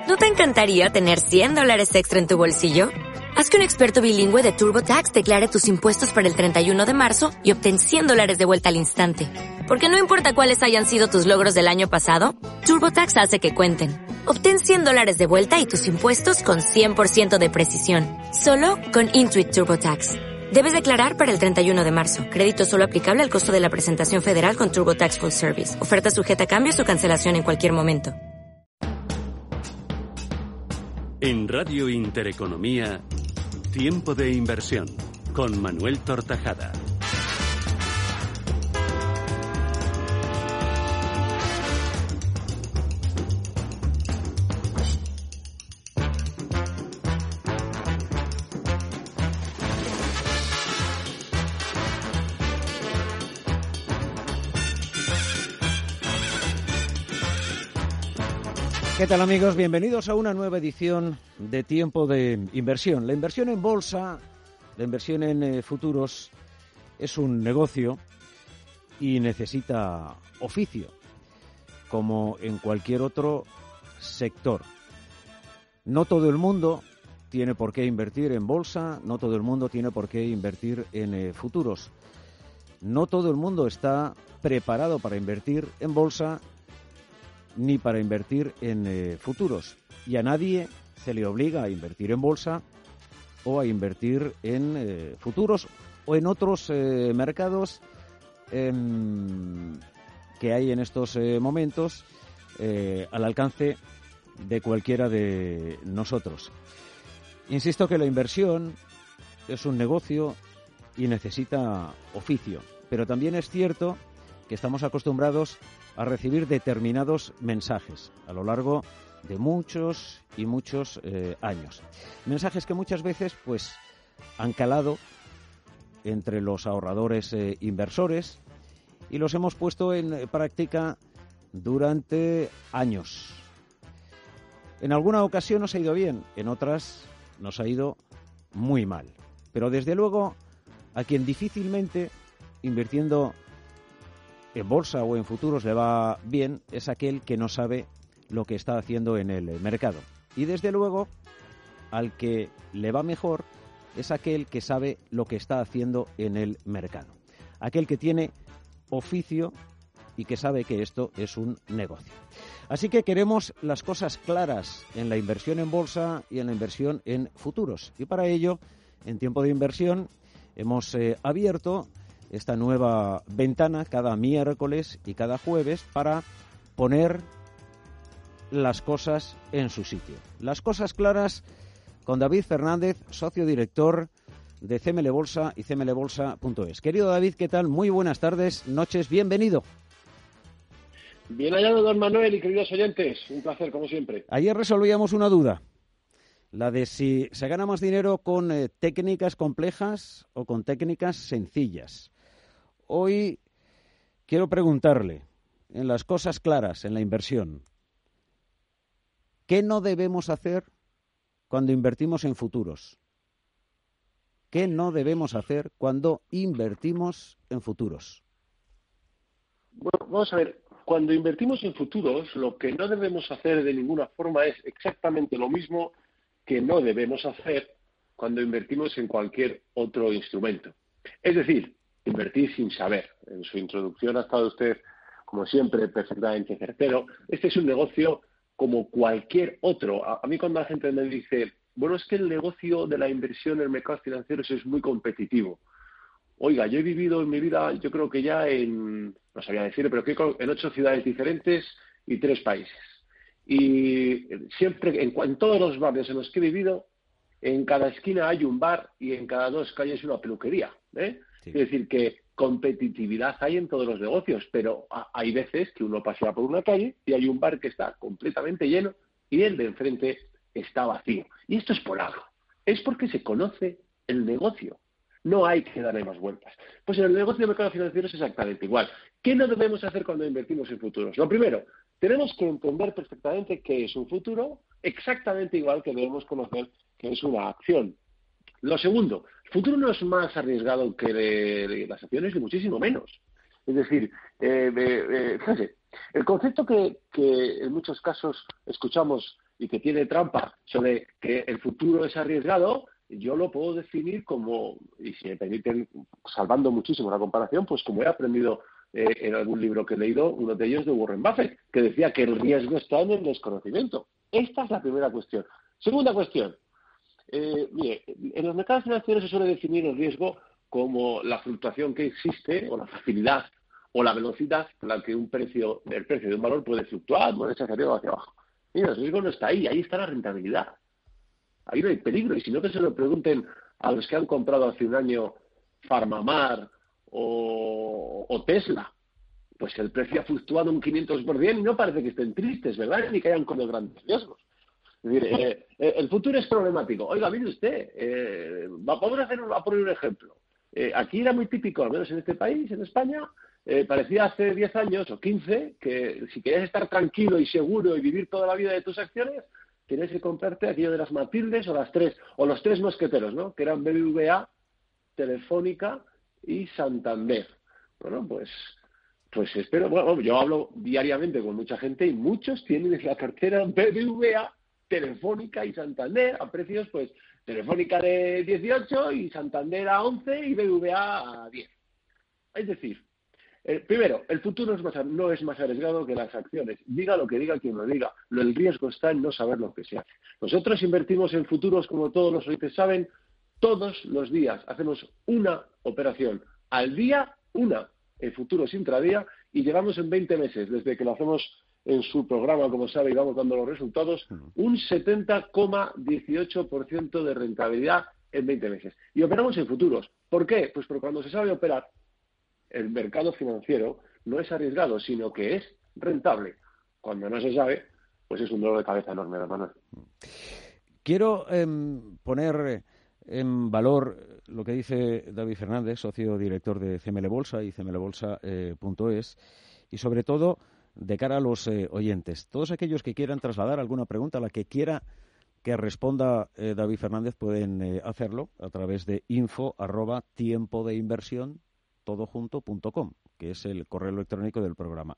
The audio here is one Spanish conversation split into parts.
¿No te encantaría tener $100 extra en tu bolsillo? Haz que un experto bilingüe de TurboTax declare tus impuestos para el 31 de marzo y obtén $100 de vuelta al instante. Porque no importa cuáles hayan sido tus logros del año pasado, TurboTax hace que cuenten. Obtén $100 de vuelta y tus impuestos con 100% de precisión. Solo con Intuit TurboTax. Debes declarar para el 31 de marzo. Crédito solo aplicable al costo de la presentación federal con TurboTax Full Service. Oferta sujeta a cambios o cancelación en cualquier momento. En Radio Intereconomía, Tiempo de Inversión, con Manuel Tortajada. ¿Qué tal, amigos? Bienvenidos a una nueva edición de Tiempo de Inversión. La inversión en bolsa, la inversión en futuros es un negocio y necesita oficio, como en cualquier otro sector. No todo el mundo tiene por qué invertir en bolsa, no todo el mundo tiene por qué invertir en futuros. No todo el mundo está preparado para invertir en bolsa ni para invertir en futuros. Y a nadie se le obliga a invertir en bolsa o a invertir en futuros o en otros mercados que hay en estos momentos al alcance de cualquiera de nosotros. Insisto que la inversión es un negocio y necesita oficio, pero también es cierto que estamos acostumbrados a recibir determinados mensajes a lo largo de muchos y muchos años. Mensajes que muchas veces pues han calado entre los ahorradores inversores y los hemos puesto en práctica durante años. En alguna ocasión nos ha ido bien, en otras nos ha ido muy mal. Pero desde luego a quien difícilmente invirtiendo en bolsa o en futuros le va bien es aquel que no sabe lo que está haciendo en el mercado. Y desde luego, al que le va mejor es aquel que sabe lo que está haciendo en el mercado. Aquel que tiene oficio y que sabe que esto es un negocio. Así que queremos las cosas claras en la inversión en bolsa y en la inversión en futuros. Y para ello, en Tiempo de Inversión, hemos abierto esta nueva ventana cada miércoles y cada jueves para poner las cosas en su sitio. Las cosas claras con David Fernández, socio director de CML Bolsa y cmlbolsa.es. Querido David, ¿qué tal? Muy buenas tardes, noches, bienvenido. Bien hallado, don Manuel y queridos oyentes. Un placer, como siempre. Ayer resolvíamos una duda, la de si se gana más dinero con técnicas complejas o con técnicas sencillas. Hoy quiero preguntarle, en las cosas claras, en la inversión, ¿qué no debemos hacer cuando invertimos en futuros? ¿Qué no debemos hacer cuando invertimos en futuros? Bueno, vamos a ver. Cuando invertimos en futuros, lo que no debemos hacer de ninguna forma es exactamente lo mismo que no debemos hacer cuando invertimos en cualquier otro instrumento. Es decir, invertir sin saber. En su introducción ha estado usted, como siempre, perfectamente certero. Este es un negocio como cualquier otro. A mí cuando la gente me dice, bueno, es que el negocio de la inversión en mercados financieros es muy competitivo. Oiga, yo he vivido en mi vida, yo creo que ya no sabía decirlo, pero creo que en 8 ciudades diferentes y 3 países. Y siempre, en todos los barrios en los que he vivido, en cada esquina hay un bar y en cada 2 calles una peluquería, ¿eh? Sí. Es decir, que competitividad hay en todos los negocios, pero hay veces que uno pasea por una calle y hay un bar que está completamente lleno y el de enfrente está vacío. Y esto es por algo. Es porque se conoce el negocio. No hay que darle más vueltas. Pues en el negocio de mercados financieros es exactamente igual. ¿Qué no debemos hacer cuando invertimos en futuros? Lo primero, tenemos que entender perfectamente qué es un futuro, exactamente igual que debemos conocer qué es una acción. Lo segundo, el futuro no es más arriesgado que las acciones, ni muchísimo menos. Es decir, fíjese, el concepto que en muchos casos escuchamos y que tiene trampa sobre que el futuro es arriesgado, yo lo puedo definir como, y si me permiten, salvando muchísimo la comparación, pues como he aprendido en algún libro que he leído, uno de ellos de Warren Buffett, que decía que el riesgo está en el desconocimiento. Esta es la primera cuestión. Segunda cuestión. Mire, en los mercados financieros se suele definir el riesgo como la fluctuación que existe, o la facilidad, o la velocidad con la que el precio de un valor puede fluctuar, moverse hacia arriba o hacia abajo. Mira, el riesgo no está ahí está la rentabilidad. Ahí no hay peligro, y si no que se lo pregunten a los que han comprado hace un año PharmaMar o Tesla. Pues el precio ha fluctuado un 500% y no parece que estén tristes, ¿verdad? Ni que hayan corrido grandes riesgos. Es decir, el futuro es problemático. Oiga, mire usted, vamos a poner un ejemplo. Aquí era muy típico, al menos en este país, en España, parecía hace 10 años o 15 que si querías estar tranquilo y seguro y vivir toda la vida de tus acciones, tenías que comprarte aquello de las Matildes o los tres mosqueteros, ¿no? Que eran BBVA, Telefónica y Santander. Bueno, pues espero, bueno, yo hablo diariamente con mucha gente y muchos tienen en la cartera BBVA, Telefónica y Santander a precios, pues, Telefónica de 18 y Santander a 11 y BBVA a 10. Es decir, primero, el futuro no es más arriesgado que las acciones. Diga lo que diga quien lo diga. El riesgo está en no saber lo que se hace. Nosotros invertimos en futuros, como todos los oyentes saben, todos los días. Hacemos una operación al día, una en futuros intradía, y llevamos en 20 meses, desde que lo hacemos en su programa, como sabe, y vamos dando los resultados, un 70,18% de rentabilidad en 20 meses. Y operamos en futuros. ¿Por qué? Pues porque cuando se sabe operar, el mercado financiero no es arriesgado, sino que es rentable. Cuando no se sabe, pues es un dolor de cabeza enorme, Manuel. Quiero poner en valor lo que dice David Fernández, socio director de CML Bolsa y cmlbolsa.es, y sobre todo de cara a los oyentes. Todos aquellos que quieran trasladar alguna pregunta a la que quiera que responda David Fernández pueden hacerlo a través de info@tiempodeinversión todojunto.com, que es el correo electrónico del programa.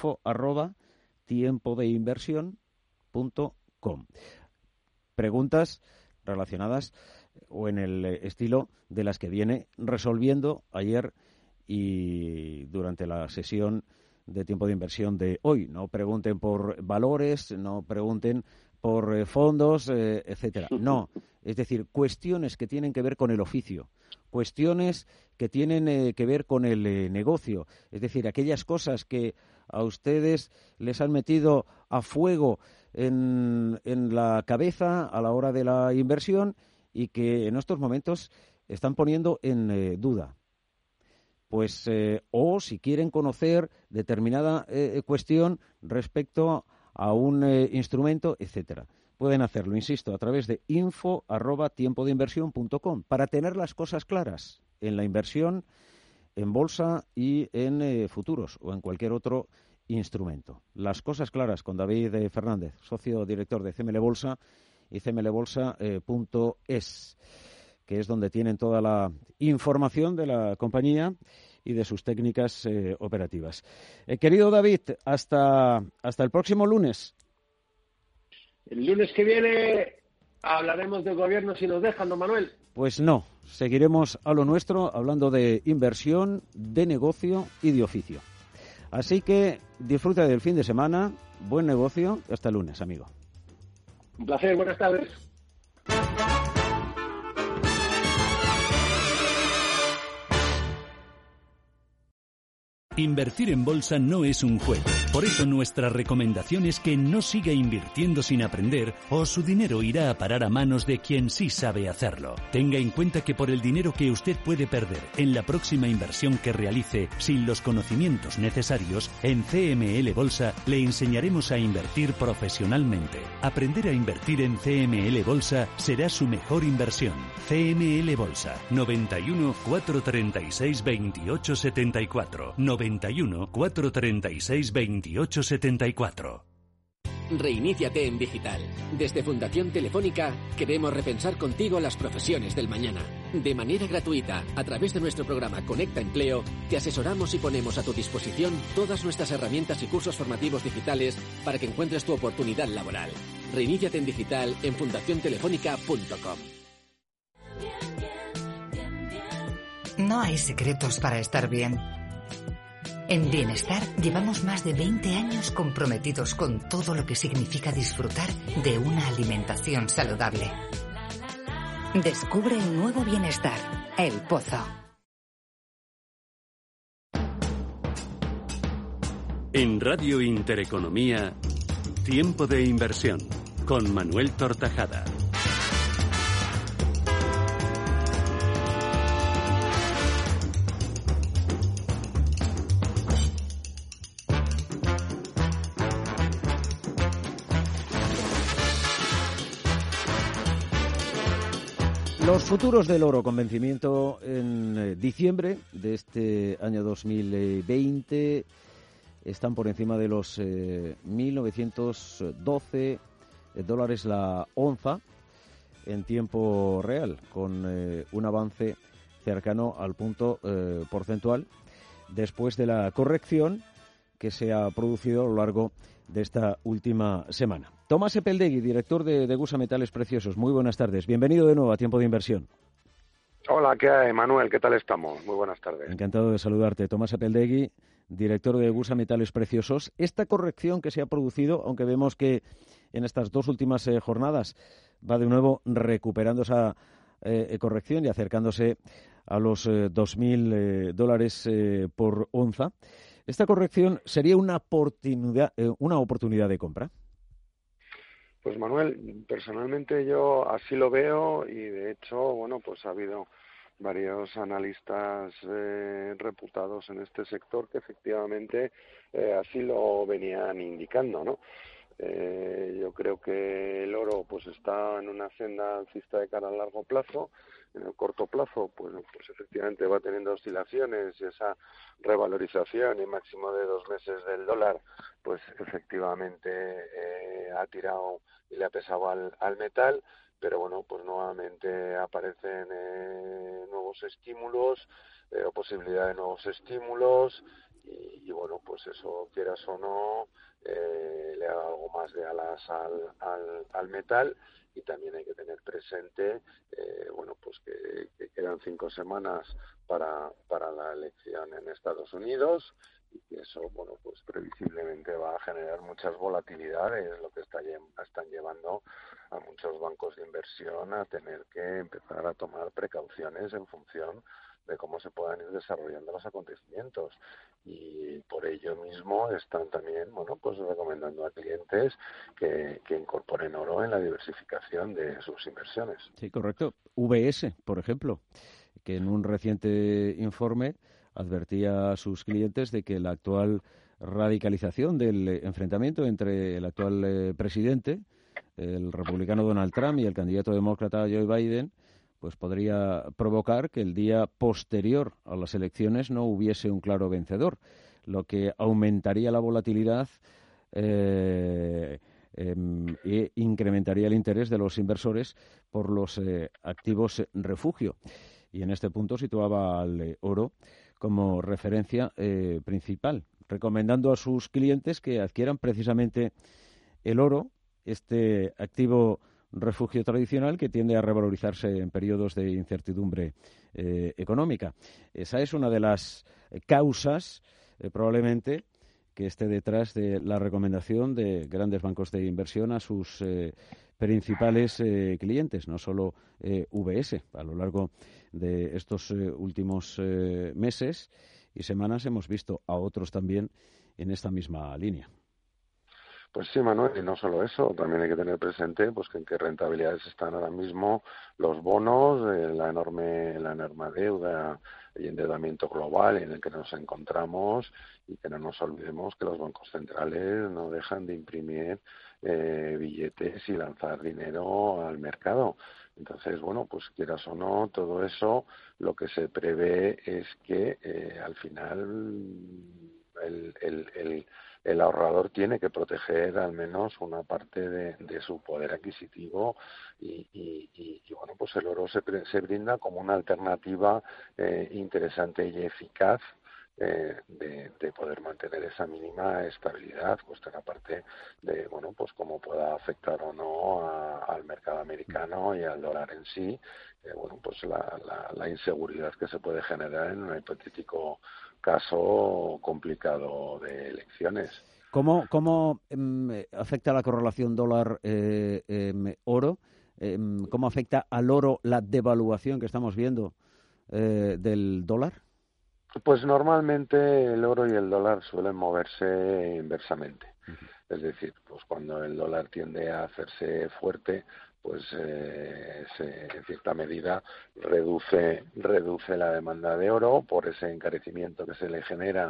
info@tiempodeinversión.com. Preguntas relacionadas o en el estilo de las que viene resolviendo ayer y durante la sesión de tiempo de inversión de hoy. No pregunten por valores, no pregunten por fondos, etcétera. No, es decir, cuestiones que tienen que ver con el oficio, cuestiones que tienen que ver con el negocio, es decir, aquellas cosas que a ustedes les han metido a fuego en la cabeza a la hora de la inversión y que en estos momentos están poniendo en duda. Pues o si quieren conocer determinada cuestión respecto a un instrumento, etcétera. Pueden hacerlo, insisto, a través de info@tiempodeinversión.com para tener las cosas claras en la inversión, en bolsa y en futuros o en cualquier otro instrumento. Las cosas claras con David Fernández, socio director de CML Bolsa y cmlbolsa.es, que es donde tienen toda la información de la compañía y de sus técnicas operativas. Querido David, hasta el próximo lunes. El lunes que viene hablaremos del gobierno si nos dejan, don Manuel. Pues no, seguiremos a lo nuestro hablando de inversión, de negocio y de oficio. Así que disfruta del fin de semana, buen negocio y hasta el lunes, amigo. Un placer, buenas tardes. Invertir en bolsa no es un juego. Por eso nuestra recomendación es que no siga invirtiendo sin aprender o su dinero irá a parar a manos de quien sí sabe hacerlo. Tenga en cuenta que por el dinero que usted puede perder en la próxima inversión que realice sin los conocimientos necesarios, en CML Bolsa le enseñaremos a invertir profesionalmente. Aprender a invertir en CML Bolsa será su mejor inversión. CML Bolsa, 91 436 28 74. 91 436 28 74. Reiníciate en digital. Desde Fundación Telefónica queremos repensar contigo las profesiones del mañana. De manera gratuita, a través de nuestro programa Conecta Empleo, te asesoramos y ponemos a tu disposición todas nuestras herramientas y cursos formativos digitales para que encuentres tu oportunidad laboral. Reiníciate en digital en fundaciontelefónica.com. No hay secretos para estar bien. En Bienestar llevamos más de 20 años comprometidos con todo lo que significa disfrutar de una alimentación saludable. Descubre el nuevo Bienestar, El Pozo. En Radio Intereconomía, Tiempo de Inversión, con Manuel Tortajada. Los futuros del oro con vencimiento en diciembre de este año 2020 están por encima de los 1.912 dólares la onza en tiempo real, con un avance cercano al punto porcentual después de la corrección que se ha producido a lo largo de esta última semana. Tomás Epeldegui, director de Degusa Metales Preciosos. Muy buenas tardes. Bienvenido de nuevo a Tiempo de Inversión. Hola, ¿qué hay, Manuel? ¿Qué tal estamos? Muy buenas tardes. Encantado de saludarte. Tomás Epeldegui, director de Degusa Metales Preciosos. Esta corrección que se ha producido, aunque vemos que en estas dos últimas jornadas va de nuevo recuperando esa corrección y acercándose a los 2.000 dólares por onza. ¿Esta corrección sería una oportunidad de compra? Pues Manuel, personalmente yo así lo veo y de hecho, bueno, pues ha habido varios analistas reputados en este sector que efectivamente así lo venían indicando, ¿no? Yo creo que el oro pues está en una senda alcista de cara a largo plazo. En el corto plazo, pues efectivamente va teniendo oscilaciones y esa revalorización y máximo de 2 meses del dólar, pues efectivamente ha tirado y le ha pesado al metal, pero bueno, pues nuevamente aparecen nuevos estímulos o posibilidad de nuevos estímulos y bueno, pues eso, quieras o no, le da algo más de alas al metal. Y también hay que tener presente, bueno, pues que quedan 5 semanas para la elección en Estados Unidos y que eso, bueno, pues previsiblemente va a generar muchas volatilidades, lo que están llevando a muchos bancos de inversión a tener que empezar a tomar precauciones en función de cómo se puedan ir desarrollando los acontecimientos y por ello mismo están también, bueno, pues recomendando a clientes que incorporen oro en la diversificación de sus inversiones. Sí, correcto. UBS, por ejemplo, que en un reciente informe advertía a sus clientes de que la actual radicalización del enfrentamiento entre el actual presidente, el republicano Donald Trump, y el candidato demócrata Joe Biden, pues podría provocar que el día posterior a las elecciones no hubiese un claro vencedor, lo que aumentaría la volatilidad e incrementaría el interés de los inversores por los activos refugio. Y en este punto situaba al oro como referencia principal, recomendando a sus clientes que adquieran precisamente el oro, este activo refugio tradicional que tiende a revalorizarse en periodos de incertidumbre económica. Esa es una de las causas, probablemente, que esté detrás de la recomendación de grandes bancos de inversión a sus principales clientes, no solo UBS. A lo largo de estos últimos meses y semanas hemos visto a otros también en esta misma línea. Pues sí, Manuel, y no solo eso, también hay que tener presente pues que en qué rentabilidades están ahora mismo los bonos, la enorme deuda y endeudamiento global en el que nos encontramos y que no nos olvidemos que los bancos centrales no dejan de imprimir billetes y lanzar dinero al mercado. Entonces, bueno, pues quieras o no, todo eso lo que se prevé es que al final el ahorrador tiene que proteger al menos una parte de su poder adquisitivo y bueno, pues el oro se brinda como una alternativa interesante y eficaz de poder mantener esa mínima estabilidad, cuestión aparte de, bueno, pues cómo pueda afectar o no al mercado americano y al dólar en sí, bueno, pues la inseguridad que se puede generar en un hipotético caso complicado de elecciones. ¿Cómo afecta la correlación dólar-oro? ¿Cómo afecta al oro la devaluación que estamos viendo del dólar? Pues normalmente el oro y el dólar suelen moverse inversamente. Es decir, pues cuando el dólar tiende a hacerse fuerte, pues en cierta medida reduce la demanda de oro por ese encarecimiento que se le genera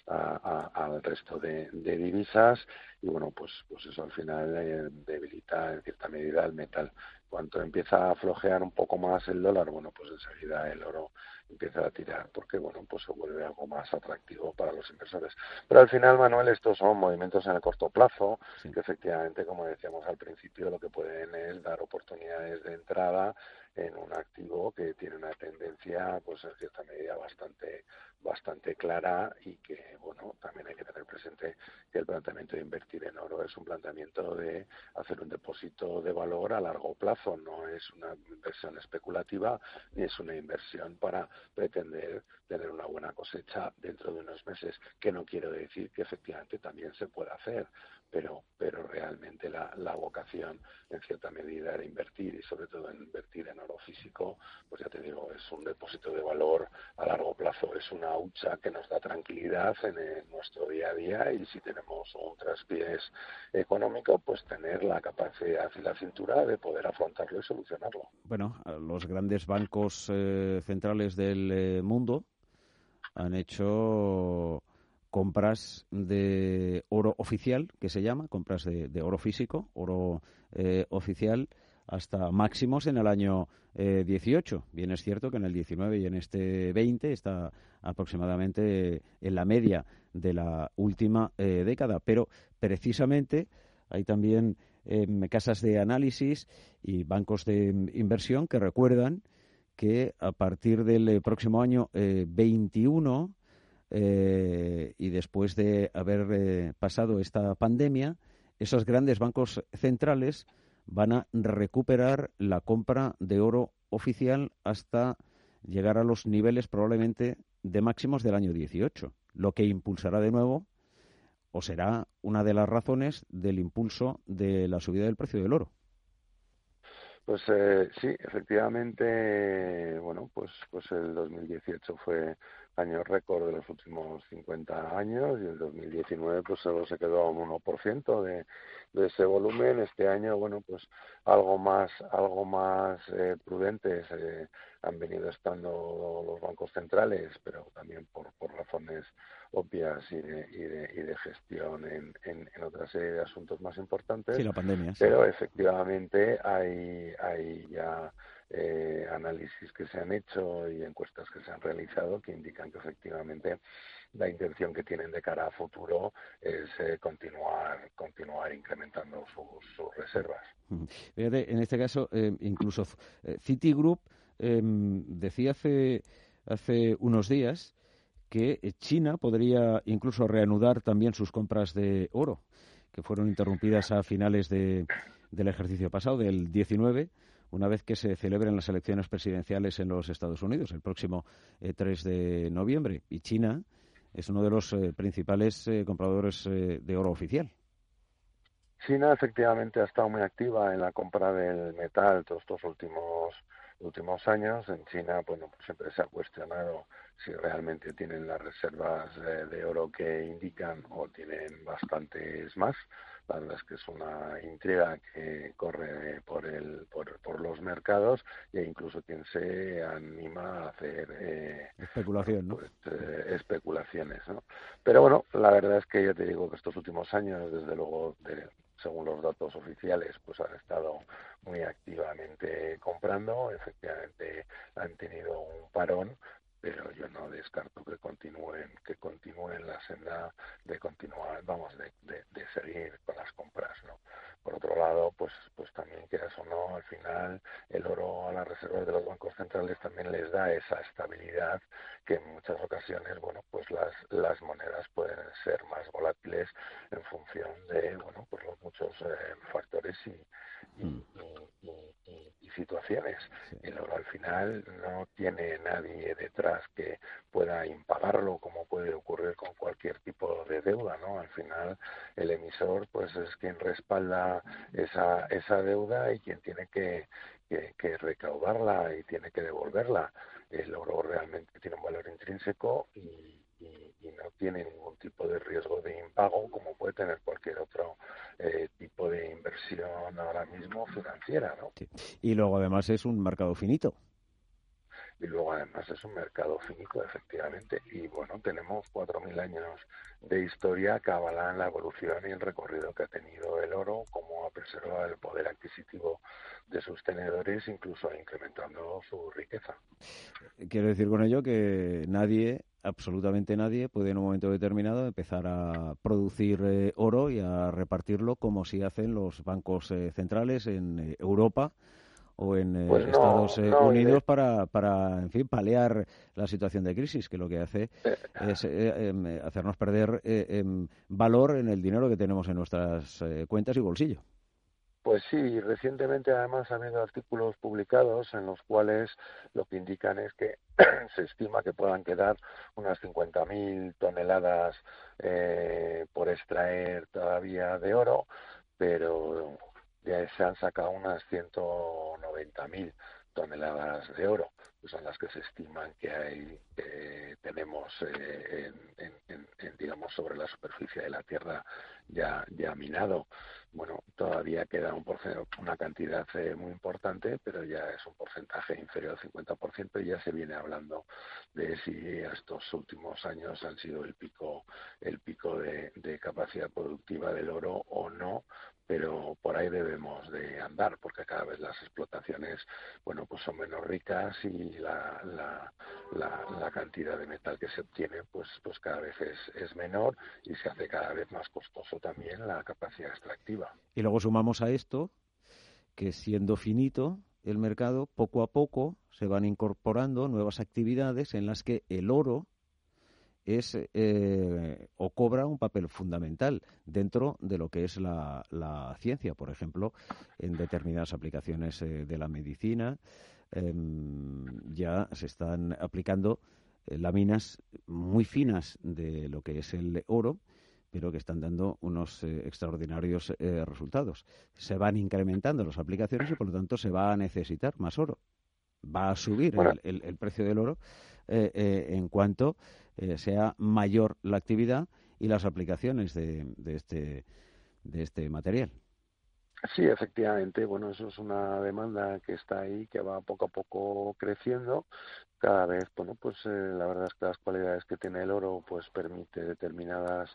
al resto de divisas, y bueno, pues eso al final debilita en cierta medida el metal. Cuando empieza a flojear un poco más el dólar, bueno, pues enseguida el oro empieza a tirar, porque bueno, pues se vuelve algo más atractivo para los inversores. Pero al final, Manuel, estos son movimientos en el corto plazo, sí, que efectivamente, como decíamos al principio, lo que pueden es dar oportunidades de entrada en un activo que tiene una tendencia, pues en cierta medida bastante clara, y que, bueno, también hay que tener presente que el planteamiento de invertir en oro es un planteamiento de hacer un depósito de valor a largo plazo, no es una inversión especulativa ni es una inversión para pretender tener una buena cosecha dentro de unos meses, que no quiero decir que efectivamente también se pueda hacer, pero realmente la vocación en cierta medida era invertir, y sobre todo en invertir en oro físico, pues ya te digo, es un depósito de valor a largo plazo, es una hucha que nos da tranquilidad en nuestro día a día, y si tenemos un traspiés económico, pues tener la capacidad y la cintura de poder afrontarlo y solucionarlo. Bueno, los grandes bancos centrales del mundo han hecho compras de oro oficial, que se llama, compras de oro físico, oro oficial, hasta máximos en el año 18. Bien es cierto que en el 19 y en este 20 está aproximadamente en la media de la última década, pero precisamente hay también casas de análisis y bancos de inversión que recuerdan que a partir del próximo año 21 y después de haber pasado esta pandemia, esos grandes bancos centrales van a recuperar la compra de oro oficial hasta llegar a los niveles probablemente de máximos del año 18, lo que impulsará de nuevo, o será una de las razones del impulso de la subida del precio del oro. Pues sí, efectivamente, bueno, pues el 2018 fue año récord de los últimos 50 años, y el 2019 pues solo se quedó a un 1% de ese volumen. Este año, bueno, pues algo más prudentes han venido estando los bancos centrales, pero también por razones obvias y de gestión en otra serie de asuntos más importantes. Sí, la pandemia. Pero sí, efectivamente hay ya análisis que se han hecho y encuestas que se han realizado que indican que efectivamente la intención que tienen de cara a futuro es continuar incrementando sus reservas. Fíjate, en este caso, incluso Citigroup decía hace unos días que China podría incluso reanudar también sus compras de oro, que fueron interrumpidas a finales del ejercicio pasado, del 19, una vez que se celebren las elecciones presidenciales en los Estados Unidos, el próximo 3 de noviembre. Y China es uno de los principales compradores de oro oficial. China efectivamente ha estado muy activa en la compra del metal todos estos últimos años. En China, bueno, pues siempre se ha cuestionado si realmente tienen las reservas de oro que indican o tienen bastantes más. La verdad es que es una intriga que corre por los mercados, e incluso quien se anima a hacer especulación, ¿no? Pues, especulaciones, ¿no? Pero bueno, la verdad es que ya te digo que estos últimos años, desde luego, según los datos oficiales, pues han estado muy activamente comprando. Efectivamente han tenido un parón, pero yo no descarto que continúen la senda de continuar, de seguir con las compras, ¿no? Por otro lado, pues también, quieras o no, al final el oro a las reservas de los bancos centrales también les da esa estabilidad que en muchas ocasiones, bueno, pues las monedas pueden ser más volátiles en función de, bueno, pues los muchos factores y situaciones. El oro al final no tiene nadie detrás que pueda impagarlo, como puede ocurrir con cualquier tipo de deuda, ¿no? Al final el emisor pues es quien respalda esa deuda y quien tiene que recaudarla y tiene que devolverla. El oro realmente tiene un valor intrínseco y no tiene ningún tipo de riesgo de impago como puede tener cualquier otro tipo de inversión ahora mismo financiera, ¿no? Sí. Y luego además es un mercado finito. Y luego además es un mercado finito, efectivamente, y bueno, tenemos 4.000 años de historia que avalan la evolución y el recorrido que ha tenido el oro, como ha preservado el poder adquisitivo de sus tenedores, incluso incrementando su riqueza. Quiero decir con ello que nadie, absolutamente nadie, puede en un momento determinado empezar a producir oro y a repartirlo como si hacen los bancos centrales en Europa o en Estados Unidos para, en fin, paliar la situación de crisis, que lo que hace es hacernos perder valor en el dinero que tenemos en nuestras cuentas y bolsillo. Pues sí, recientemente además ha habido artículos publicados en los cuales lo que indican es que se estima que puedan quedar unas 50.000 toneladas por extraer todavía de oro, pero ya se han sacado unas 190.000 toneladas de oro, que son las que se estiman que tenemos digamos, sobre la superficie de la Tierra ya minado. Bueno, todavía queda una cantidad muy importante, pero ya es un porcentaje inferior al 50% y ya se viene hablando de si estos últimos años han sido el pico de capacidad productiva del oro o no, pero por ahí debemos de andar, porque cada vez las explotaciones, bueno, pues son menos ricas y la cantidad de metal que se obtiene, pues cada vez es menor y se hace cada vez más costoso también la capacidad extractiva. Y luego sumamos a esto que, siendo finito el mercado, poco a poco se van incorporando nuevas actividades en las que el oro es o cobra un papel fundamental dentro de lo que es la ciencia. Por ejemplo, en determinadas aplicaciones de la medicina ya se están aplicando láminas muy finas de lo que es el oro, pero que están dando unos extraordinarios resultados. Se van incrementando las aplicaciones y, por lo tanto, se va a necesitar más oro. Va a subir el precio del oro en cuanto sea mayor la actividad y las aplicaciones de este material. Sí, efectivamente. Bueno, eso es una demanda que está ahí, que va poco a poco creciendo. Cada vez, bueno, pues la verdad es que las cualidades que tiene el oro, pues permite determinadas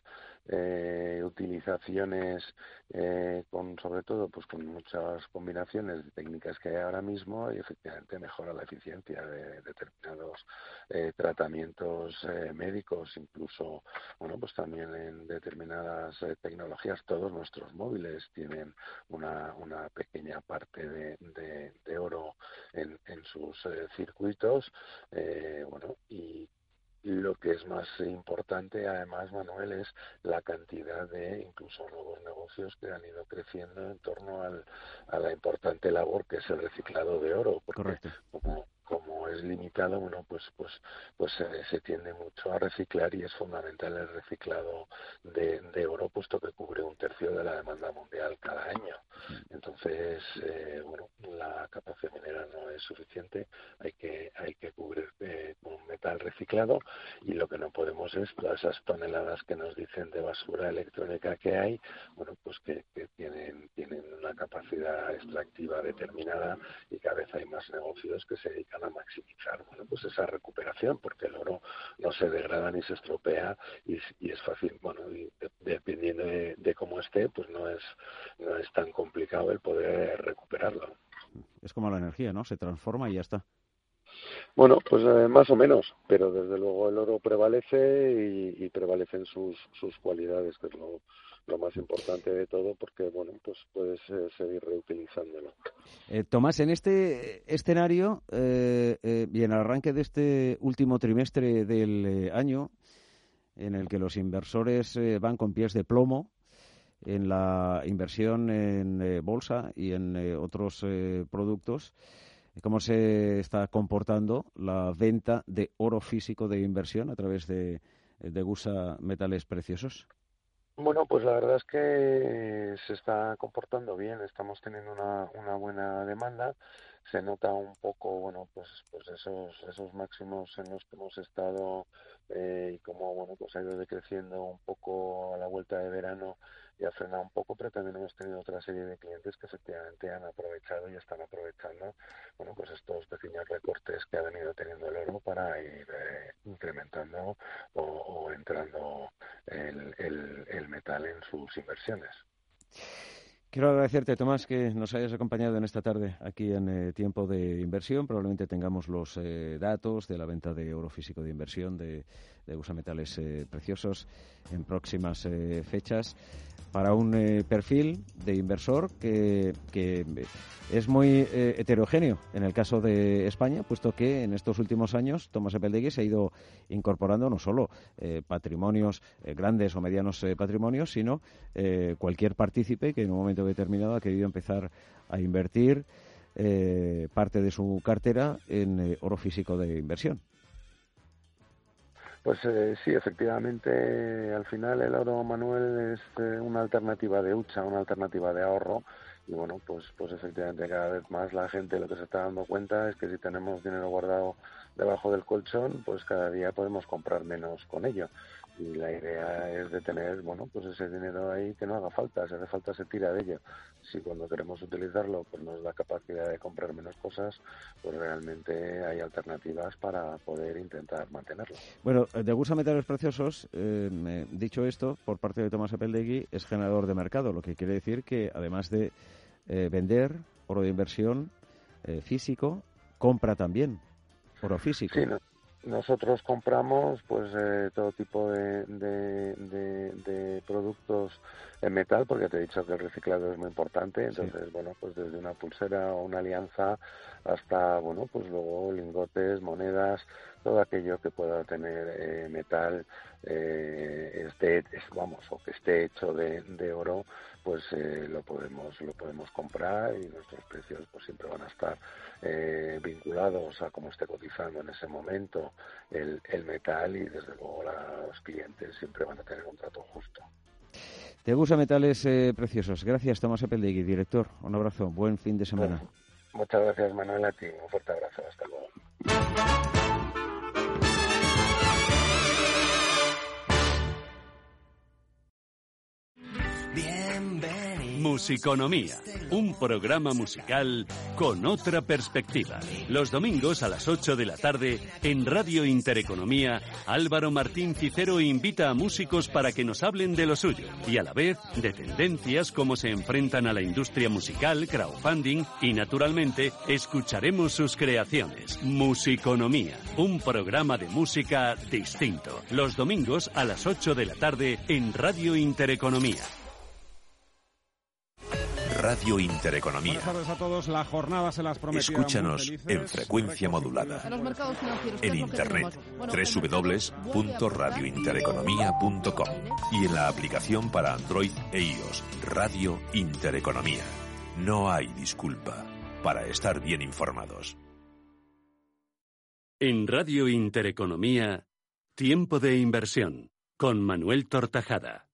utilizaciones, sobre todo, pues con muchas combinaciones de técnicas que hay ahora mismo y efectivamente mejora la eficiencia de determinados tratamientos médicos, incluso, bueno, pues también en determinadas tecnologías. Todos nuestros móviles tienen una pequeña parte de oro en sus circuitos. Bueno, y lo que es más importante, además, Manuel, es la cantidad de incluso nuevos negocios que han ido creciendo en torno a la importante labor que es el reciclado de oro. Porque correcto. Como es limitado, bueno, pues se tiende mucho a reciclar y es fundamental el reciclado de oro, puesto que cubre 1/3 de la demanda mundial cada año. Entonces, bueno, la capacidad minera no es suficiente, hay que cubrir con metal reciclado, y lo que no podemos es todas esas toneladas que nos dicen de basura electrónica que hay, bueno, pues que tienen una capacidad extractiva determinada, y cada vez hay más negocios que se dedican a maximizar, bueno, pues esa recuperación, porque el oro no se degrada ni se estropea y es fácil, bueno, y dependiendo de cómo esté, pues no es tan complicado el poder recuperarlo. Es como la energía, ¿no? Se transforma y ya está. Bueno, pues más o menos, pero desde luego el oro prevalece y prevalecen sus cualidades, que es lo más importante de todo, porque bueno, pues puedes seguir reutilizándolo. Tomás, en este escenario y en el arranque de este último trimestre del año, en el que los inversores van con pies de plomo en la inversión en bolsa y en otros productos, ¿cómo se está comportando la venta de oro físico de inversión a través de Degusa Metales Preciosos? Bueno, pues la verdad es que se está comportando bien, estamos teniendo una buena demanda, se nota un poco, bueno, pues esos máximos en los que hemos estado y como, bueno, pues ha ido decreciendo un poco a la vuelta de verano y ha frenado un poco, pero también hemos tenido otra serie de clientes que efectivamente han aprovechado y están aprovechando, bueno, pues estos pequeños recortes que ha venido teniendo el oro para ir incrementando o entrando el metal en sus inversiones. Quiero agradecerte, Tomás, que nos hayas acompañado en esta tarde aquí en Tiempo de Inversión. Probablemente tengamos los datos de la venta de oro físico de inversión de Degusa Metales Preciosos en próximas fechas para un perfil de inversor que es muy heterogéneo en el caso de España, puesto que en estos últimos años Tomás Apeldegui se ha ido incorporando no solo patrimonios, grandes o medianos patrimonios, sino cualquier partícipe que en un momento determinado ha querido empezar a invertir parte de su cartera en oro físico de inversión. Pues sí, efectivamente, al final el oro, Manuel, es una alternativa de hucha, una alternativa de ahorro. Y bueno, pues efectivamente cada vez más la gente lo que se está dando cuenta es que si tenemos dinero guardado debajo del colchón, pues cada día podemos comprar menos con ello. Y la idea es de tener, bueno, pues ese dinero ahí que no haga falta, si hace falta se tira de ello. Si cuando queremos utilizarlo pues nos da capacidad de comprar menos cosas, pues realmente hay alternativas para poder intentar mantenerlo. Bueno, Degusa Metales Preciosos, dicho esto, por parte de Tomás Apeldegui, es generador de mercado, lo que quiere decir que además de vender oro de inversión físico, compra también oro físico. Sí, nosotros compramos pues todo tipo de productos en metal, porque te he dicho que el reciclado es muy importante. Entonces, sí, bueno, pues desde una pulsera o una alianza hasta, bueno, pues luego lingotes, monedas, todo aquello que pueda tener metal, o que esté hecho de oro, pues lo podemos comprar, y nuestros precios pues siempre van a estar vinculados a cómo esté cotizando en ese momento el metal, y desde luego los clientes siempre van a tener un trato justo. Degusa Metales Preciosos. Gracias, Tomás Apeldegui, director. Un abrazo, buen fin de semana. Bueno, muchas gracias, Manuel, a ti. Un fuerte abrazo. Hasta luego. Musiconomía, un programa musical con otra perspectiva. Los domingos a las 8 de la tarde, en Radio Intereconomía, Álvaro Martín Cicero invita a músicos para que nos hablen de lo suyo y a la vez de tendencias, cómo se enfrentan a la industria musical, crowdfunding y, naturalmente, escucharemos sus creaciones. Musiconomía, un programa de música distinto. Los domingos a las 8 de la tarde en Radio Intereconomía. Radio Intereconomía. Buenas tardes a todos. La jornada se las prometía. Escúchanos en frecuencia modulada. En internet, www.radiointereconomía.com, y en la aplicación para Android e iOS, Radio Intereconomía. No hay disculpa para estar bien informados. En Radio Intereconomía, Tiempo de Inversión, con Manuel Tortajada.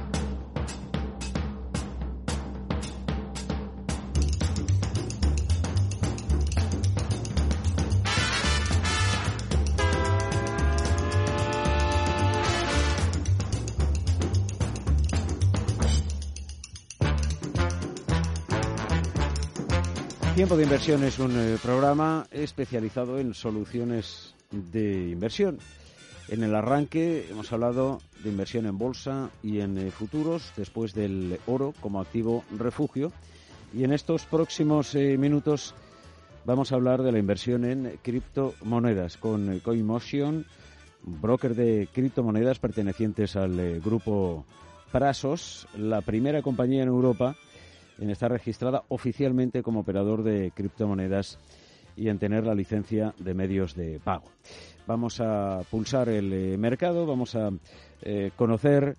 Tiempo de Inversión es un programa especializado en soluciones de inversión. En el arranque hemos hablado de inversión en bolsa y en futuros, después del oro como activo refugio. Y en estos próximos minutos vamos a hablar de la inversión en criptomonedas con CoinMotion, broker de criptomonedas pertenecientes al grupo Prasos, la primera compañía en Europa en estar registrada oficialmente como operador de criptomonedas y en tener la licencia de medios de pago. Vamos a pulsar el mercado, vamos a conocer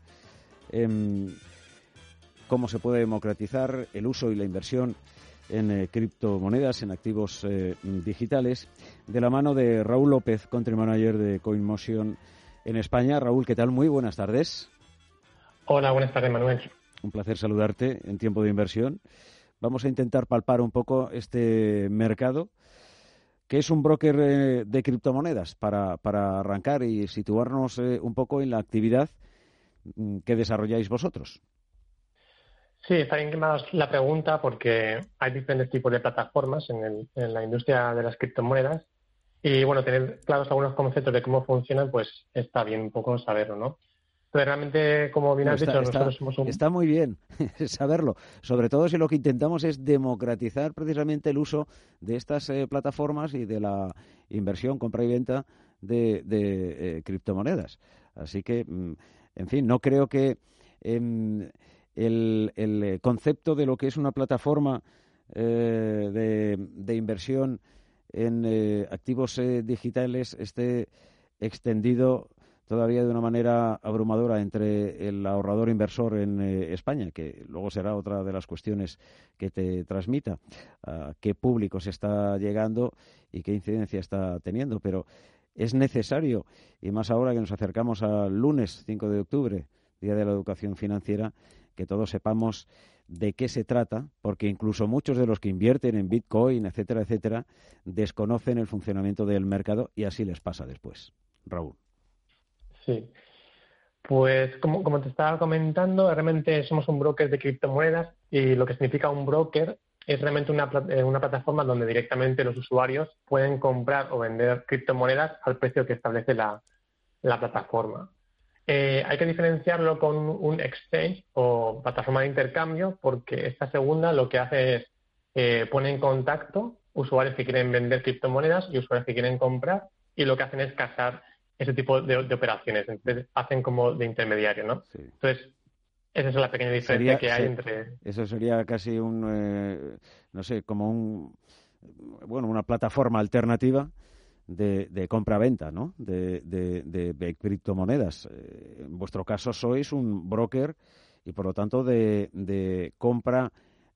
cómo se puede democratizar el uso y la inversión en criptomonedas, en activos digitales, de la mano de Raúl López, Country Manager de CoinMotion en España. Raúl, ¿qué tal? Muy buenas tardes. Hola, buenas tardes, Manuel. Un placer saludarte en Tiempo de Inversión. Vamos a intentar palpar un poco este mercado, que es un broker de criptomonedas, para arrancar y situarnos un poco en la actividad que desarrolláis vosotros. Sí, está bien que me hagas la pregunta porque hay diferentes tipos de plataformas en la industria de las criptomonedas y, bueno, tener claros algunos conceptos de cómo funcionan, pues está bien un poco saberlo, ¿no? Pero realmente, como bien has dicho, nosotros somos un... Está muy bien saberlo, sobre todo si lo que intentamos es democratizar precisamente el uso de estas plataformas y de la inversión, compra y venta de criptomonedas. Así que, en fin, no creo que el concepto de lo que es una plataforma de inversión en activos digitales esté extendido todavía de una manera abrumadora entre el ahorrador inversor en España, que luego será otra de las cuestiones que te transmita a qué público se está llegando y qué incidencia está teniendo. Pero es necesario, y más ahora que nos acercamos al lunes 5 de octubre, Día de la Educación Financiera, que todos sepamos de qué se trata, porque incluso muchos de los que invierten en Bitcoin, etcétera, etcétera, desconocen el funcionamiento del mercado y así les pasa después. Raúl. Sí, pues como te estaba comentando, realmente somos un broker de criptomonedas y lo que significa un broker es realmente una plataforma donde directamente los usuarios pueden comprar o vender criptomonedas al precio que establece la plataforma. Hay que diferenciarlo con un exchange o plataforma de intercambio porque esta segunda lo que hace es pone en contacto usuarios que quieren vender criptomonedas y usuarios que quieren comprar y lo que hacen es casar ese tipo de operaciones. Entonces hacen como de intermediario, ¿no? Sí. Entonces esa es la pequeña diferencia que hay entre... Eso sería casi no sé, como una plataforma alternativa de compra-venta, ¿no? De criptomonedas. En vuestro caso sois un broker y por lo tanto de compra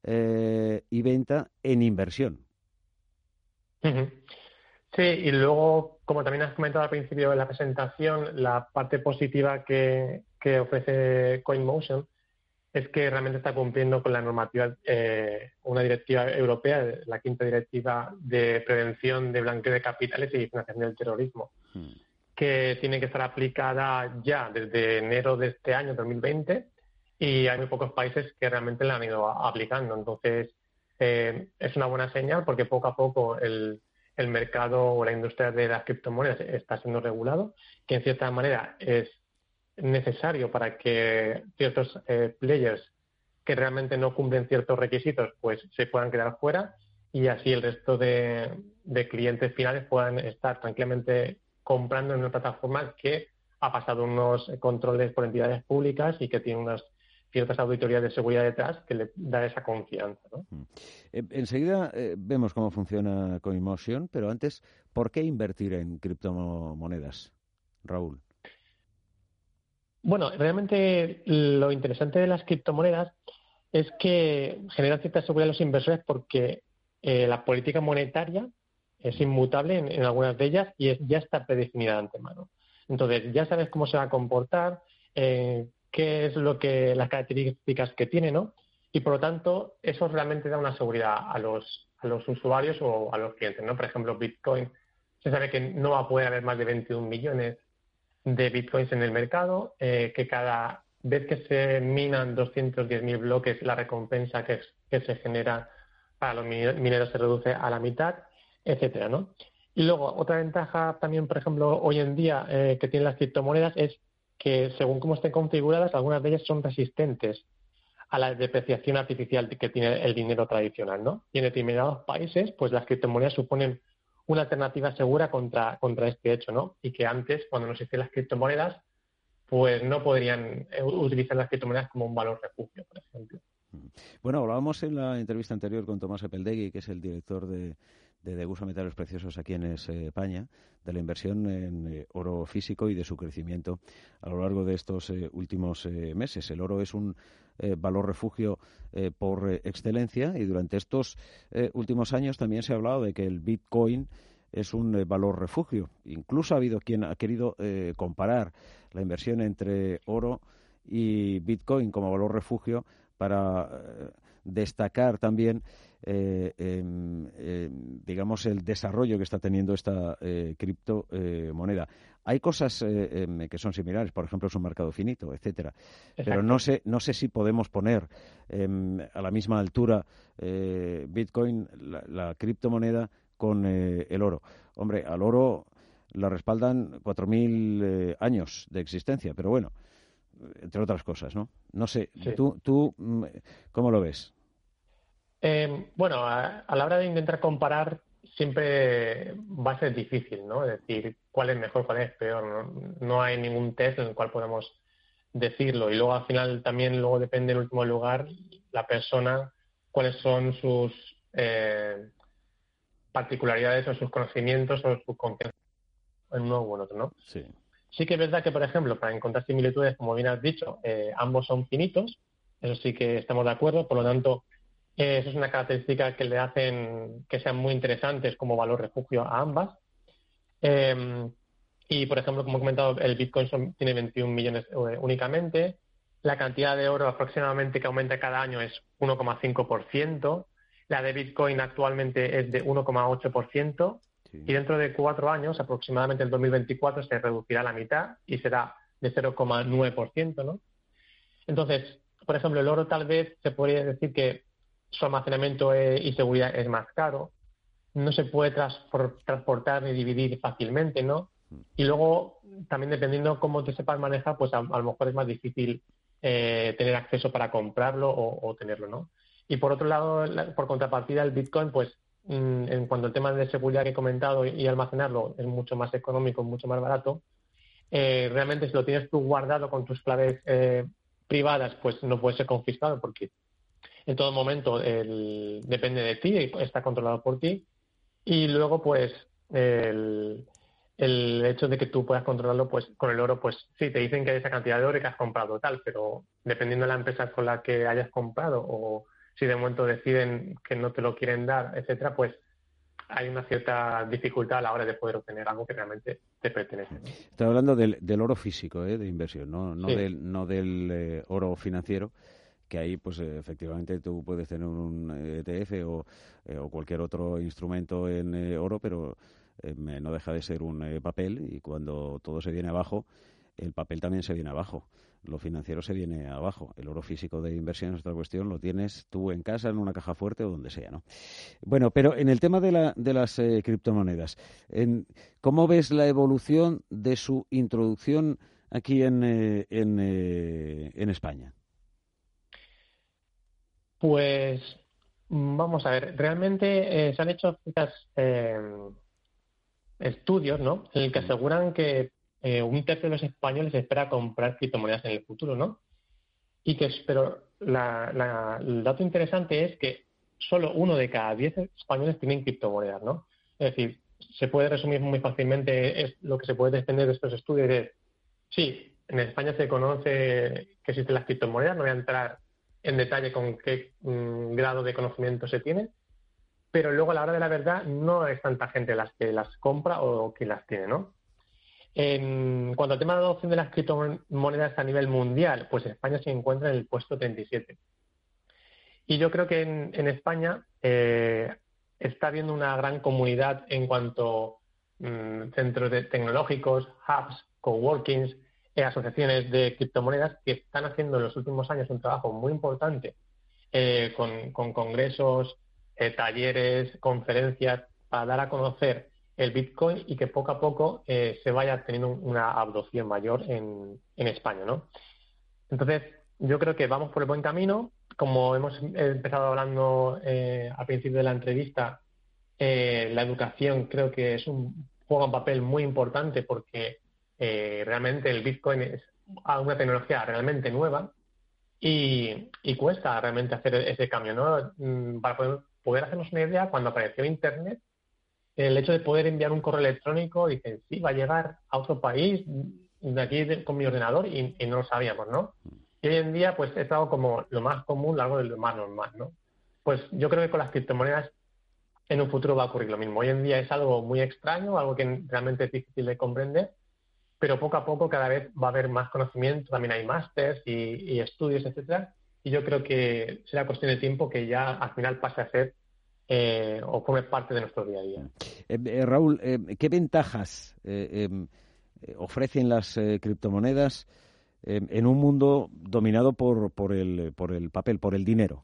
y venta en inversión. Uh-huh. Sí, y luego, como también has comentado al principio de la presentación, la parte positiva que ofrece CoinMotion es que realmente está cumpliendo con la normativa, una directiva europea, la quinta directiva de prevención de blanqueo de capitales y financiación del terrorismo, que tiene que estar aplicada ya desde enero de este año, 2020, y hay muy pocos países que realmente la han ido aplicando. Entonces, es una buena señal porque poco a poco el mercado o la industria de las criptomonedas está siendo regulado, que en cierta manera es necesario para que ciertos players que realmente no cumplen ciertos requisitos pues se puedan quedar fuera y así el resto de clientes finales puedan estar tranquilamente comprando en una plataforma que ha pasado unos controles por entidades públicas y que tiene unas ciertas auditorías de seguridad detrás que le da esa confianza, ¿no? Enseguida vemos cómo funciona CoinMotion, pero antes, ¿por qué invertir en criptomonedas, Raúl? Bueno, realmente lo interesante de las criptomonedas es que generan cierta seguridad a los inversores porque la política monetaria es inmutable en algunas de ellas y ya está predefinida de antemano. Entonces, ya sabes cómo se va a comportar, qué es las características que tiene, ¿no? Y por lo tanto, eso realmente da una seguridad a los usuarios o a los clientes, ¿no? Por ejemplo, Bitcoin, se sabe que no va a poder haber más de 21 millones de Bitcoins en el mercado, que cada vez que se minan 210.000 bloques, la recompensa que se genera para los mineros se reduce a la mitad, etcétera, ¿no? Y luego, otra ventaja también, por ejemplo, hoy en día que tienen las criptomonedas es que según cómo estén configuradas, algunas de ellas son resistentes a la depreciación artificial que tiene el dinero tradicional, ¿no? Y en determinados países, pues las criptomonedas suponen una alternativa segura contra este hecho, ¿no? Y que antes, cuando no existían las criptomonedas, pues no podrían utilizar las criptomonedas como un valor refugio, por ejemplo. Bueno, hablábamos en la entrevista anterior con Tomás Apeldegui, que es el director de Degusa Metales Preciosos aquí en España, de la inversión en oro físico y de su crecimiento a lo largo de estos últimos meses. El oro es un valor refugio por excelencia, y durante estos últimos años también se ha hablado de que el Bitcoin es un valor refugio. Incluso ha habido quien ha querido comparar la inversión entre oro y Bitcoin como valor refugio para destacar también digamos, el desarrollo que está teniendo esta criptomoneda. Hay cosas que son similares, por ejemplo, es un mercado finito, etcétera. Pero no sé si podemos poner a la misma altura Bitcoin, la criptomoneda, con el oro. Hombre, al oro la respaldan 4.000 años de existencia, pero bueno, entre otras cosas, ¿no? No sé, sí. ¿Tú cómo lo ves? Bueno, a la hora de intentar comparar siempre va a ser difícil, ¿no? Es decir, cuál es mejor, cuál es peor. No hay ningún test en el cual podamos decirlo. Y luego al final también luego depende en último lugar la persona, cuáles son sus particularidades o sus conocimientos o sus confianzas en uno u en otro, ¿no? Sí. Sí que es verdad que, por ejemplo, para encontrar similitudes, como bien has dicho, ambos son finitos, eso sí que estamos de acuerdo, por lo tanto, eso es una característica que le hacen que sean muy interesantes como valor refugio a ambas. Y, por ejemplo, como he comentado, el Bitcoin tiene 21 millones únicamente, la cantidad de oro aproximadamente que aumenta cada año es 1,5%, la de Bitcoin actualmente es de 1,8%, sí. Y dentro de 4 años, aproximadamente el 2024, se reducirá a la mitad y será de 0,9%, ¿no? Entonces, por ejemplo, el oro tal vez se podría decir que su almacenamiento y seguridad es más caro, no se puede transportar ni dividir fácilmente, ¿no? Y luego, también dependiendo cómo te sepas manejar, pues a lo mejor es más difícil tener acceso para comprarlo o tenerlo, ¿no? Y por otro lado, por contrapartida, el Bitcoin, pues en cuanto al tema de seguridad que he comentado y almacenarlo es mucho más económico, mucho más barato, realmente si lo tienes tú guardado con tus claves privadas, pues no puede ser confiscado porque en todo momento depende de ti y está controlado por ti. Y luego, pues, el hecho de que tú puedas controlarlo, pues, con el oro, pues, sí, te dicen que hay esa cantidad de oro que has comprado tal, pero dependiendo de la empresa con la que hayas comprado o si de momento deciden que no te lo quieren dar, etcétera, pues hay una cierta dificultad a la hora de poder obtener algo que realmente te pertenece. Estoy hablando del oro físico, de inversión, no sí. del oro financiero, que ahí pues efectivamente tú puedes tener un ETF o cualquier otro instrumento en oro, pero no deja de ser un papel, y cuando todo se viene abajo, el papel también se viene abajo, lo financiero se viene abajo. El oro físico de inversión es otra cuestión, lo tienes tú en casa, en una caja fuerte o donde sea, ¿no? Bueno, pero en el tema de las criptomonedas, ¿cómo ves la evolución de su introducción aquí en España? Pues vamos a ver, realmente se han hecho ciertos estudios, ¿no?, en el que aseguran que un tercio de los españoles espera comprar criptomonedas en el futuro, ¿no? Pero el dato interesante es que solo 1 de cada 10 españoles tienen criptomonedas, ¿no? Es decir, se puede resumir muy fácilmente, es lo que se puede desprender de estos estudios es, sí, en España se conoce que existen las criptomonedas, no voy a entrar en detalle con qué grado de conocimiento se tiene, pero luego a la hora de la verdad no es tanta gente las que las compra o que las tiene, ¿no? En cuanto al tema de la adopción de las criptomonedas a nivel mundial, pues España se encuentra en el puesto 37. Y yo creo que en España está habiendo una gran comunidad en cuanto a centros tecnológicos, hubs, coworkings, asociaciones de criptomonedas que están haciendo en los últimos años un trabajo muy importante con congresos, talleres, conferencias para dar a conocer el Bitcoin y que poco a poco se vaya teniendo una adopción mayor en España, ¿no? Entonces, yo creo que vamos por el buen camino. como hemos empezado hablando al principio de la entrevista, la educación creo que juega un papel muy importante porque realmente el Bitcoin es una tecnología realmente nueva y cuesta realmente hacer ese cambio, ¿no? Para poder hacernos una idea, cuando apareció Internet, el hecho de poder enviar un correo electrónico, dicen, sí, va a llegar a otro país de aquí con mi ordenador y no lo sabíamos, ¿no? Y hoy en día, pues es algo como lo más común, algo de lo más normal, ¿no? Pues yo creo que con las criptomonedas en un futuro va a ocurrir lo mismo. Hoy en día es algo muy extraño, algo que realmente es difícil de comprender, pero poco a poco cada vez va a haber más conocimiento, también hay másters y estudios, etcétera, y yo creo que será cuestión de tiempo que ya al final pase a ser o forme parte de nuestro día a día. Raúl, ¿qué ventajas ofrecen las criptomonedas en un mundo dominado por el papel, por el dinero?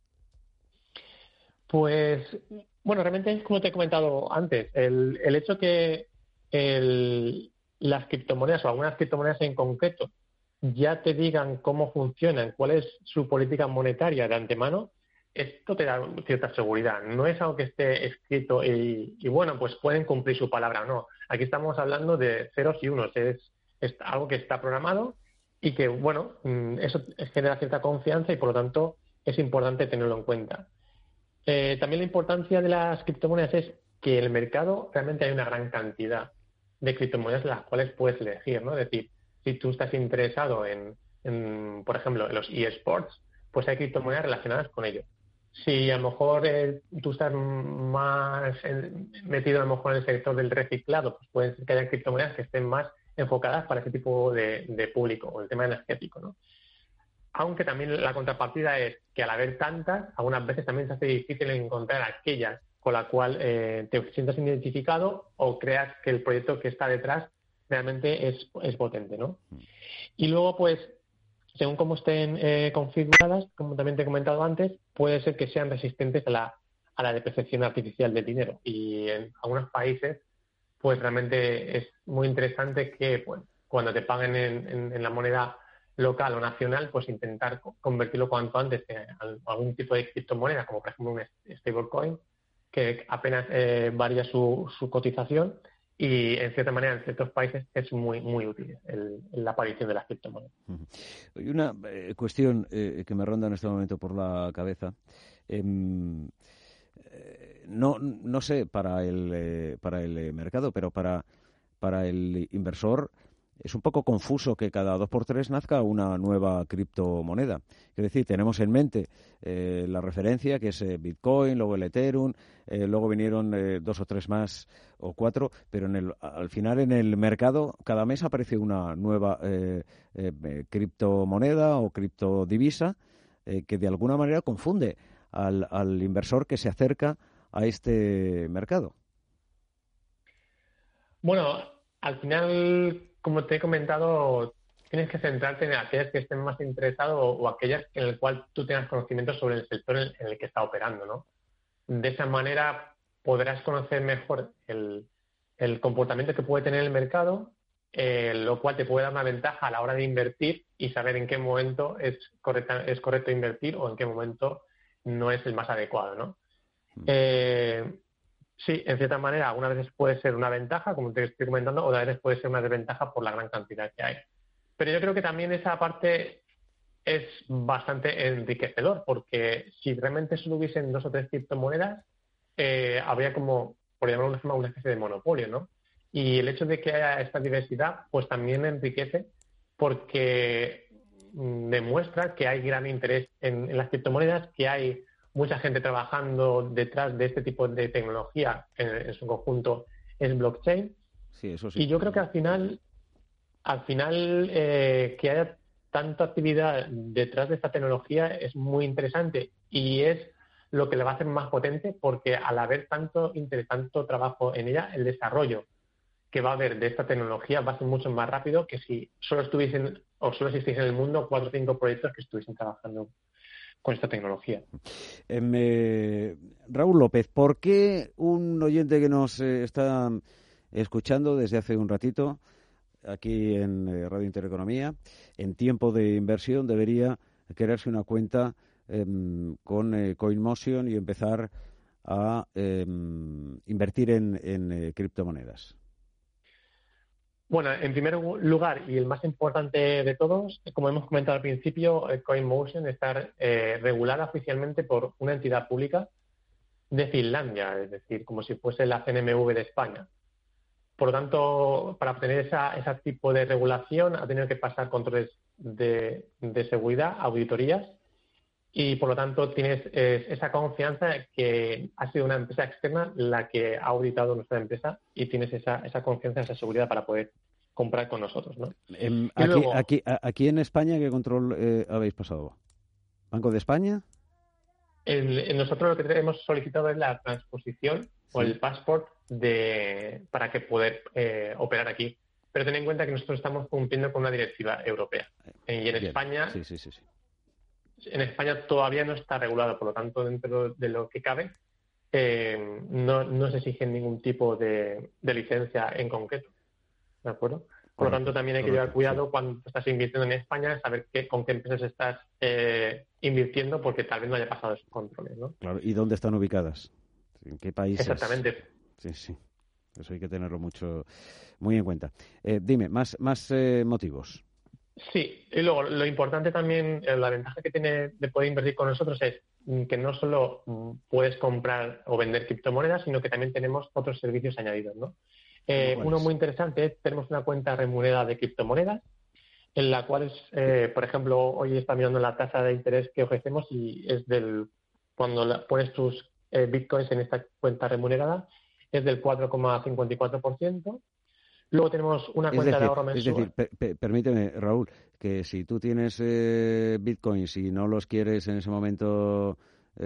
Pues, bueno, realmente, como te he comentado antes, el hecho que las criptomonedas o algunas criptomonedas en concreto ya te digan cómo funcionan, cuál es su política monetaria de antemano, esto te da cierta seguridad. No es algo que esté escrito y bueno, pues pueden cumplir su palabra, no. Aquí estamos hablando de ceros y unos, es algo que está programado y que, bueno, eso genera cierta confianza y por lo tanto es importante tenerlo en cuenta. También la importancia de las criptomonedas es que en el mercado realmente hay una gran cantidad de criptomonedas las cuales puedes elegir, ¿no? Es decir, si tú estás interesado en por ejemplo, en los eSports, pues hay criptomonedas relacionadas con ello. Si a lo mejor tú estás más metido a lo mejor en el sector del reciclado, pues puede ser que haya criptomonedas que estén más enfocadas para ese tipo de público o el tema energético, ¿no? Aunque también la contrapartida es que al haber tantas, algunas veces también se hace difícil encontrar aquella con la cual te sientas identificado o creas que el proyecto que está detrás realmente es potente, ¿no? Y luego, pues, según cómo estén configuradas, como también te he comentado antes, puede ser que sean resistentes a la depreciación artificial del dinero. Y en algunos países, pues realmente es muy interesante que pues, cuando te paguen en la moneda local o nacional, pues intentar convertirlo cuanto antes en algún tipo de criptomoneda, como por ejemplo un stablecoin, que apenas varía su cotización y en cierta manera en ciertos países es muy muy útil la aparición de las criptomonedas. Hay una cuestión que me ronda en este momento por la cabeza. No sé para el mercado, pero para el inversor es un poco confuso que cada 2x3 nazca una nueva criptomoneda. Es decir, tenemos en mente la referencia que es Bitcoin, luego el Ethereum, luego vinieron 2 o 3 más o 4, pero al final en el mercado cada mes aparece una nueva criptomoneda o criptodivisa que de alguna manera confunde al inversor que se acerca a este mercado. Bueno, al final, como te he comentado, tienes que centrarte en aquellas que estén más interesados o aquellas en el cual tú tengas conocimiento sobre el sector en el que está operando, ¿no? De esa manera podrás conocer mejor el comportamiento que puede tener el mercado, lo cual te puede dar una ventaja a la hora de invertir y saber en qué momento es correcto invertir o en qué momento no es el más adecuado, ¿no? Sí, en cierta manera, algunas veces puede ser una ventaja, como te estoy comentando, o otras veces puede ser una desventaja por la gran cantidad que hay. Pero yo creo que también esa parte es bastante enriquecedor, porque si realmente solo hubiesen 2 o 3 criptomonedas, habría como, por llamarlo de una forma, una especie de monopolio, ¿no? Y el hecho de que haya esta diversidad, pues también enriquece porque demuestra que hay gran interés en las criptomonedas, que hay mucha gente trabajando detrás de este tipo de tecnología, en su conjunto es blockchain. Sí, eso sí. Y yo creo que al final que haya tanta actividad detrás de esta tecnología es muy interesante y es lo que le va a hacer más potente, porque al haber tanto interés, tanto trabajo en ella, el desarrollo que va a haber de esta tecnología va a ser mucho más rápido que si solo existiesen en el mundo 4 o 5 proyectos que estuviesen trabajando con esta tecnología. Raúl López, ¿por qué un oyente que nos está escuchando desde hace un ratito aquí en Radio Intereconomía, en tiempo de inversión, debería crearse una cuenta con CoinMotion y empezar a invertir en criptomonedas? Bueno, en primer lugar, y el más importante de todos, como hemos comentado al principio, CoinMotion está regulada oficialmente por una entidad pública de Finlandia, es decir, como si fuese la CNMV de España. Por lo tanto, para obtener ese tipo de regulación ha tenido que pasar controles de seguridad, auditorías, y por lo tanto tienes esa confianza que ha sido una empresa externa la que ha auditado nuestra empresa y tienes esa confianza, esa seguridad para poder comprar con nosotros, ¿no? Aquí en España, ¿qué control habéis pasado? ¿Banco de España? Nosotros lo que hemos solicitado es la transposición o el passport para que poder operar aquí. Pero ten en cuenta que nosotros estamos cumpliendo con una directiva europea. Y en España... Sí. En España todavía no está regulado, por lo tanto, dentro de lo que cabe, no se exige ningún tipo de licencia en concreto. ¿De acuerdo? Por lo tanto, también hay que llevar cuidado cuando estás invirtiendo en España, saber con qué empresas estás invirtiendo, porque tal vez no haya pasado esos controles, ¿no? Claro. ¿Y dónde están ubicadas? ¿En qué países? Exactamente. Sí. Eso hay que tenerlo muy en cuenta. Dime, más motivos. Sí, y luego lo importante también, la ventaja que tiene de poder invertir con nosotros es que no solo puedes comprar o vender criptomonedas, sino que también tenemos otros servicios añadidos, ¿no? Uno muy interesante es, tenemos una cuenta remunerada de criptomonedas, en la cual, por ejemplo, hoy está mirando la tasa de interés que ofrecemos y es cuando pones tus bitcoins en esta cuenta remunerada, es del 4,54%. Luego tenemos una cuenta de ahorro mensual. Es decir, permíteme, Raúl, que si tú tienes bitcoins y no los quieres en ese momento,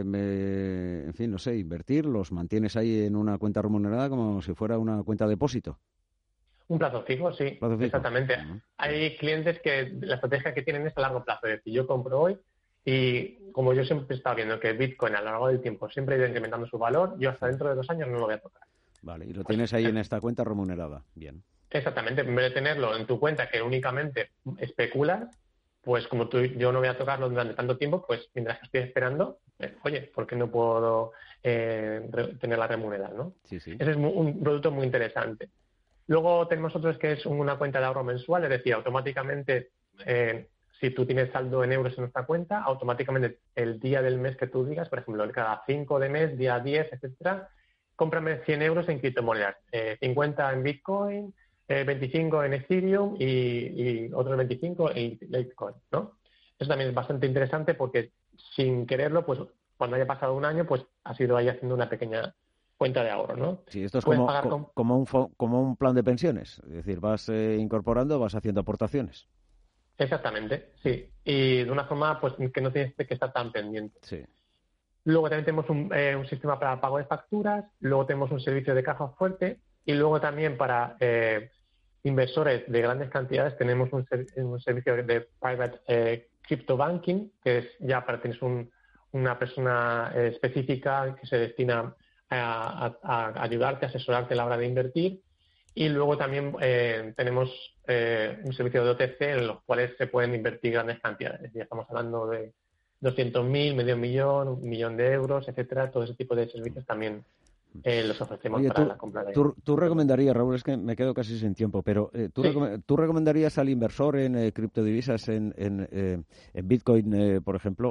en fin, no sé, invertir, los mantienes ahí en una cuenta remunerada como si fuera una cuenta de depósito. Un plazo fijo, sí, plazo fijo. Exactamente. Hay clientes que la estrategia que tienen es a largo plazo. Es decir, yo compro hoy y como yo siempre he estado viendo que el Bitcoin a lo largo del tiempo siempre ha ido incrementando su valor, yo hasta dentro de 2 años no lo voy a tocar. Vale, y lo tienes ahí en esta cuenta remunerada. Bien. Exactamente, en vez de tenerlo en tu cuenta que únicamente especulas, pues como yo no voy a tocarlo durante tanto tiempo, pues mientras que estoy esperando, oye, ¿por qué no puedo tener la remunerada, ¿no? Sí. Ese es un producto muy interesante. Luego tenemos otros que es una cuenta de ahorro mensual, es decir, automáticamente, si tú tienes saldo en euros en nuestra cuenta, automáticamente el día del mes que tú digas, por ejemplo, cada 5 de mes, día 10, etcétera, cómprame 100 euros en criptomonedas, 50 en Bitcoin, 25 en Ethereum y otros 25 en Litecoin, ¿no? Eso también es bastante interesante porque sin quererlo, pues cuando haya pasado un año, pues has ido ahí haciendo una pequeña cuenta de ahorro, ¿no? Sí, esto es como un plan de pensiones, es decir, vas incorporando, vas haciendo aportaciones. Exactamente, sí, y de una forma pues que no tienes que estar tan pendiente. Sí. Luego también tenemos un sistema para pago de facturas, luego tenemos un servicio de caja fuerte y luego también para inversores de grandes cantidades tenemos un servicio de private crypto banking, que es ya para tienes una persona específica que se destina a ayudarte, a asesorarte a la hora de invertir. Y luego también tenemos un servicio de OTC en los cuales se pueden invertir grandes cantidades. Ya estamos hablando de 200.000, medio millón, 1 millón de euros, etcétera. Todo ese tipo de servicios también los ofrecemos. Oye, para la compra de... ¿Tú recomendarías, Raúl, es que me quedo casi sin tiempo, pero ¿tú recomendarías al inversor en criptodivisas, en Bitcoin, por ejemplo,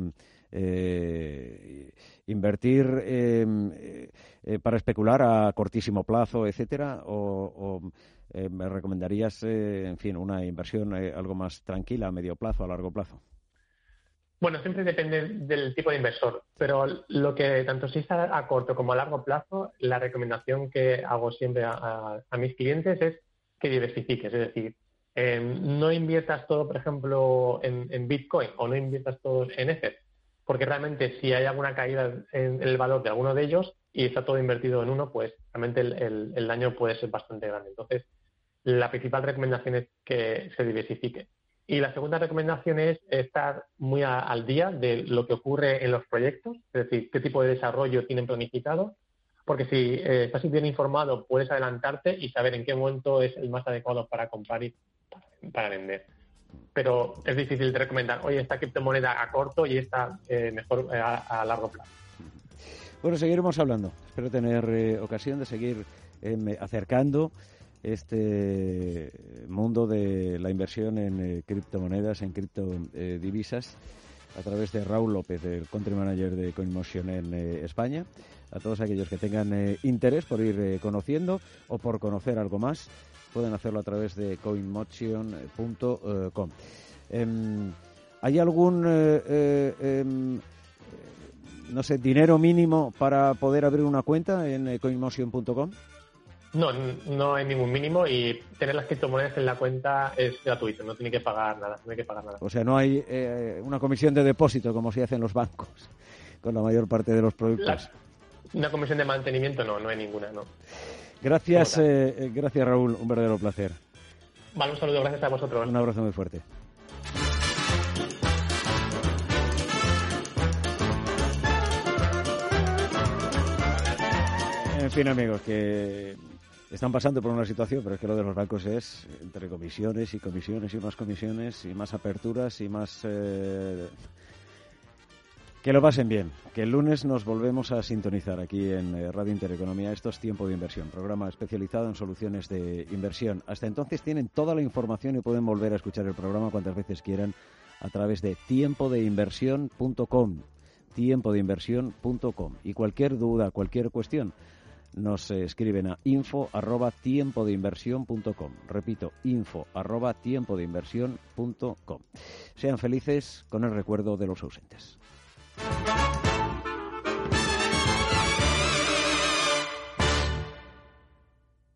invertir para especular a cortísimo plazo, etcétera, o me recomendarías, en fin, una inversión algo más tranquila a medio plazo, a largo plazo? Bueno, siempre depende del tipo de inversor, pero lo que tanto si está a corto como a largo plazo, la recomendación que hago siempre a mis clientes es que diversifiques, es decir, no inviertas todo, por ejemplo, en Bitcoin o no inviertas todo en Ether, porque realmente si hay alguna caída en el valor de alguno de ellos y está todo invertido en uno, pues realmente el daño puede ser bastante grande. Entonces, la principal recomendación es que se diversifique. Y la segunda recomendación es estar muy al día de lo que ocurre en los proyectos, es decir, qué tipo de desarrollo tienen planificado, porque si estás bien informado puedes adelantarte y saber en qué momento es el más adecuado para comprar y para vender. pero es difícil de recomendar, oye, esta criptomoneda a corto y esta mejor a largo plazo. Bueno, seguiremos hablando. Espero tener ocasión de seguir acercando este mundo de la inversión en criptomonedas, en criptodivisas, a través de Raúl López, el Country Manager de CoinMotion en España. A todos aquellos que tengan interés por ir conociendo o por conocer algo más, pueden hacerlo a través de coinmotion.com. ¿Hay algún no sé, dinero mínimo para poder abrir una cuenta en coinmotion.com? No hay ningún mínimo, y tener las criptomonedas en la cuenta es gratuito, no tiene que pagar nada. O sea, no hay una comisión de depósito como se hace en los bancos con la mayor parte de los productos. Una comisión de mantenimiento no hay ninguna, no. Gracias, gracias Raúl, un verdadero placer. Vale, un saludo, gracias a vosotros. Un abrazo muy fuerte. En fin, amigos, que están pasando por una situación, pero es que lo de los bancos es entre comisiones y comisiones y más comisiones y más aperturas y más... Que lo pasen bien, que el lunes nos volvemos a sintonizar aquí en Radio Intereconomía. Esto es Tiempo de Inversión, programa especializado en soluciones de inversión. Hasta entonces tienen toda la información y pueden volver a escuchar el programa cuantas veces quieran a través de tiempodeinversión.com, tiempodeinversión.com. Y cualquier duda, cualquier cuestión, nos escriben a info@tiempodeinversión.com. Repito, info@tiempodeinversión.com. Sean felices con el recuerdo de los ausentes.